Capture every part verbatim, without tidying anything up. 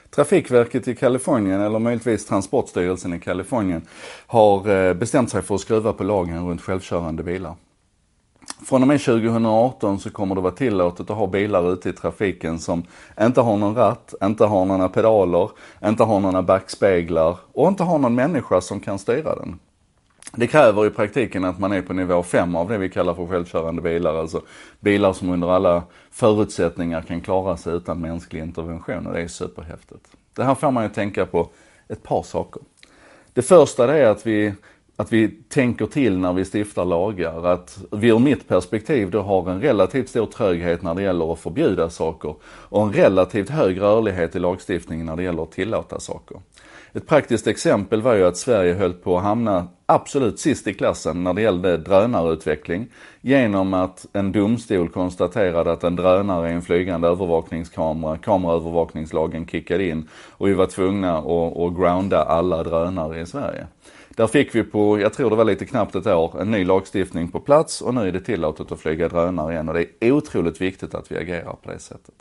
Trafikverket i Kalifornien, eller möjligtvis Transportstyrelsen i Kalifornien, har bestämt sig för att skruva på lagen runt självkörande bilar. Från och med tjugohundraarton så kommer det vara tillåtet att ha bilar ute i trafiken som inte har någon ratt, inte har några pedaler, inte har några backspeglar och inte har någon människa som kan styra den. Det kräver i praktiken att man är på nivå fem av det vi kallar för självkörande bilar, alltså bilar som under alla förutsättningar kan klara sig utan mänsklig intervention, och det är superhäftigt. Det här får man ju tänka på ett par saker. Det första är att vi Att vi tänker till när vi stiftar lagar, att vi ur mitt perspektiv då har en relativt stor tröghet när det gäller att förbjuda saker och en relativt hög rörlighet i lagstiftningen när det gäller att tillåta saker. Ett praktiskt exempel var ju att Sverige höll på att hamna absolut sist i klassen när det gällde drönarutveckling genom att en domstol konstaterade att en drönare är en flygande övervakningskamera, kameraövervakningslagen kickade in och vi var tvungna att, att grounda alla drönare i Sverige. Där fick vi på, jag tror det var lite knappt ett år, en ny lagstiftning på plats och nu är det tillåtet att flyga drönare igen, och det är otroligt viktigt att vi agerar på det sättet.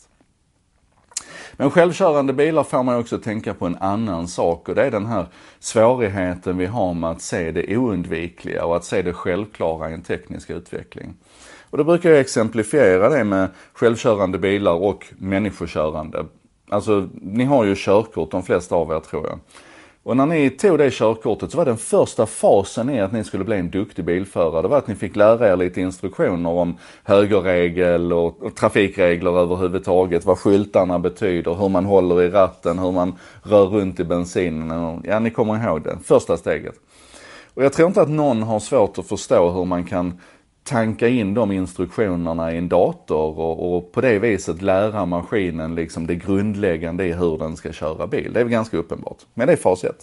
Men självkörande bilar får man också tänka på en annan sak, och det är den här svårigheten vi har med att se det oundvikliga och att se det självklara i en teknisk utveckling. Och då brukar jag exemplifiera det med självkörande bilar och människokörande. Alltså, ni har ju körkort, de flesta av er tror jag. Och när ni tog det körkortet så var den första fasen i att ni skulle bli en duktig bilförare. Det var att ni fick lära er lite instruktioner om högerregel och trafikregler överhuvudtaget. Vad skyltarna betyder, hur man håller i ratten, hur man rör runt i bensinen. Ja, ni kommer ihåg det. Första steget. Och jag tror inte att någon har svårt att förstå hur man kan tanka in de instruktionerna i en dator och, och på det viset lära maskinen liksom det grundläggande i hur den ska köra bil. Det är väl ganska uppenbart. Men det är fas ett.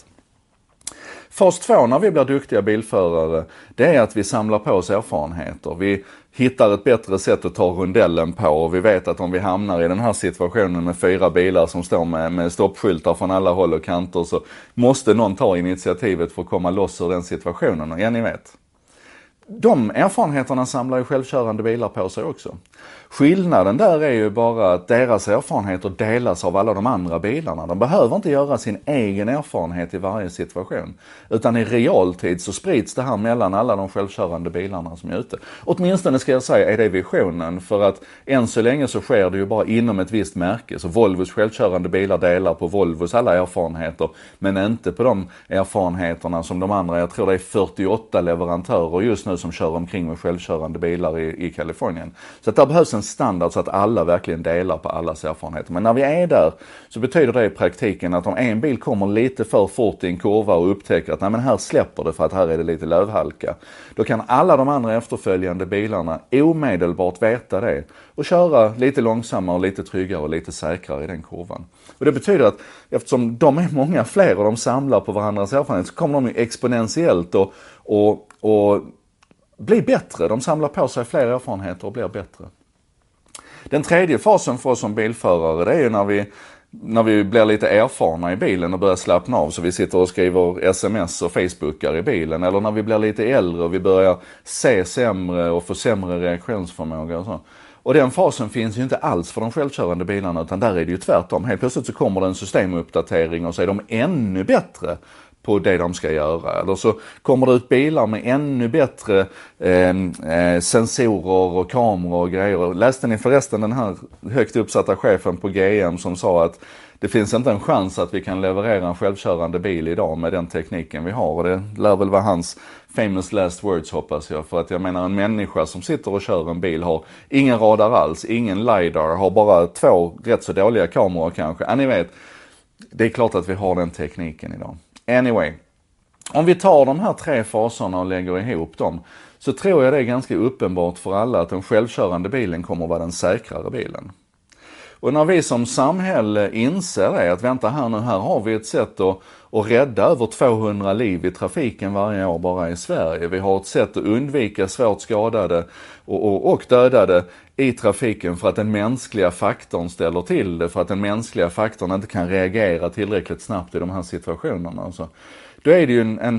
Fas två när vi blir duktiga bilförare, det är att vi samlar på oss erfarenheter. Vi hittar ett bättre sätt att ta rundellen på, och vi vet att om vi hamnar i den här situationen med fyra bilar som står med, med stoppskyltar från alla håll och kanter, så måste någon ta initiativet för att komma loss ur den situationen. Och ja, ni vet. De erfarenheterna samlar ju självkörande bilar på sig också. Skillnaden där är ju bara att deras erfarenheter delas av alla de andra bilarna. De behöver inte göra sin egen erfarenhet i varje situation. Utan i realtid så sprids det här mellan alla de självkörande bilarna som är ute. Åtminstone ska jag säga är det visionen. För att än så länge så sker det ju bara inom ett visst märke. Så Volvos självkörande bilar delar på Volvos alla erfarenheter. Men inte på de erfarenheterna som de andra, jag tror det är fyrtioåtta leverantörer just nu som kör omkring med självkörande bilar i, i Kalifornien. Så att där behövs en standard så att alla verkligen delar på allas erfarenheter. Men när vi är där så betyder det i praktiken att om en bil kommer lite för fort i en kurva och upptäcker att nej, men här släpper det för att här är det lite lövhalka, då kan alla de andra efterföljande bilarna omedelbart veta det och köra lite långsammare och lite tryggare och lite säkrare i den kurvan. Och det betyder att eftersom de är många fler och de samlar på varandras erfarenhet, så kommer de ju exponentiellt och, och, och bli bättre. De samlar på sig fler erfarenheter och blir bättre. Den tredje fasen för oss som bilförare, det är ju när vi, när vi blir lite erfarna i bilen och börjar slappna av, så vi sitter och skriver sms och facebookar i bilen. Eller när vi blir lite äldre och vi börjar se sämre och få sämre reaktionsförmåga och så. Och den fasen finns ju inte alls för de självkörande bilarna, utan där är det ju tvärtom. Helt plötsligt så kommer det en systemuppdatering och så är de ännu bättre på det de ska göra. Eller så kommer det ut bilar med ännu bättre eh, eh, sensorer och kameror och grejer. Läste ni förresten den här högt uppsatta chefen på G M som sa att det finns inte en chans att vi kan leverera en självkörande bil idag med den tekniken vi har. Och det lär väl vara hans famous last words, hoppas jag. För att jag menar, en människa som sitter och kör en bil har ingen radar alls, ingen LiDAR, har bara två rätt så dåliga kameror kanske. Ja, ni vet, det är klart att vi har den tekniken idag. Anyway, om vi tar de här tre faserna och lägger ihop dem, så tror jag det är ganska uppenbart för alla att den självkörande bilen kommer att vara den säkrare bilen. Och när vi som samhälle inser det, att vänta här nu, här har vi ett sätt att, att rädda över tvåhundra liv i trafiken varje år bara i Sverige. Vi har ett sätt att undvika svårt skadade och, och, och dödade i trafiken för att den mänskliga faktorn ställer till det, för att den mänskliga faktorn inte kan reagera tillräckligt snabbt i de här situationerna. Alltså, då är det ju en, en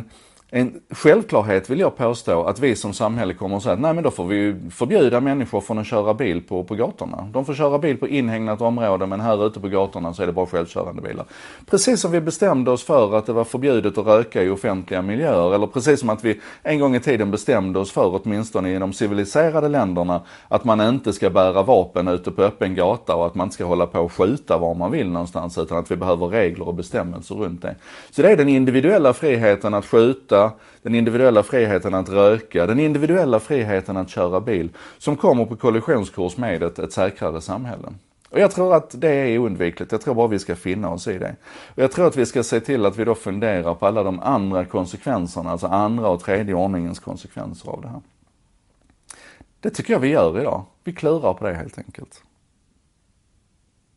En självklarhet vill jag påstå att vi som samhälle kommer att säga att nej, men då får vi förbjuda människor från att köra bil på, på gatorna. De får köra bil på inhägnat område, men här ute på gatorna så är det bara självkörande bilar. Precis som vi bestämde oss för att det var förbjudet att röka i offentliga miljöer, eller precis som att vi en gång i tiden bestämde oss för, åtminstone i de civiliserade länderna, att man inte ska bära vapen ute på öppen gata och att man inte ska hålla på och skjuta var man vill någonstans, utan att vi behöver regler och bestämmelser runt det. Så det är den individuella friheten att skjuta, den individuella friheten att röka, den individuella friheten att köra bil som kommer på kollisionskurs med ett, ett säkrare samhälle. Och jag tror att det är oundvikligt. Jag tror bara vi ska finna oss i det. Och jag tror att vi ska se till att vi då funderar på alla de andra konsekvenserna, alltså andra och tredje ordningens konsekvenser av det här. Det tycker jag vi gör idag. Vi klurar på det helt enkelt.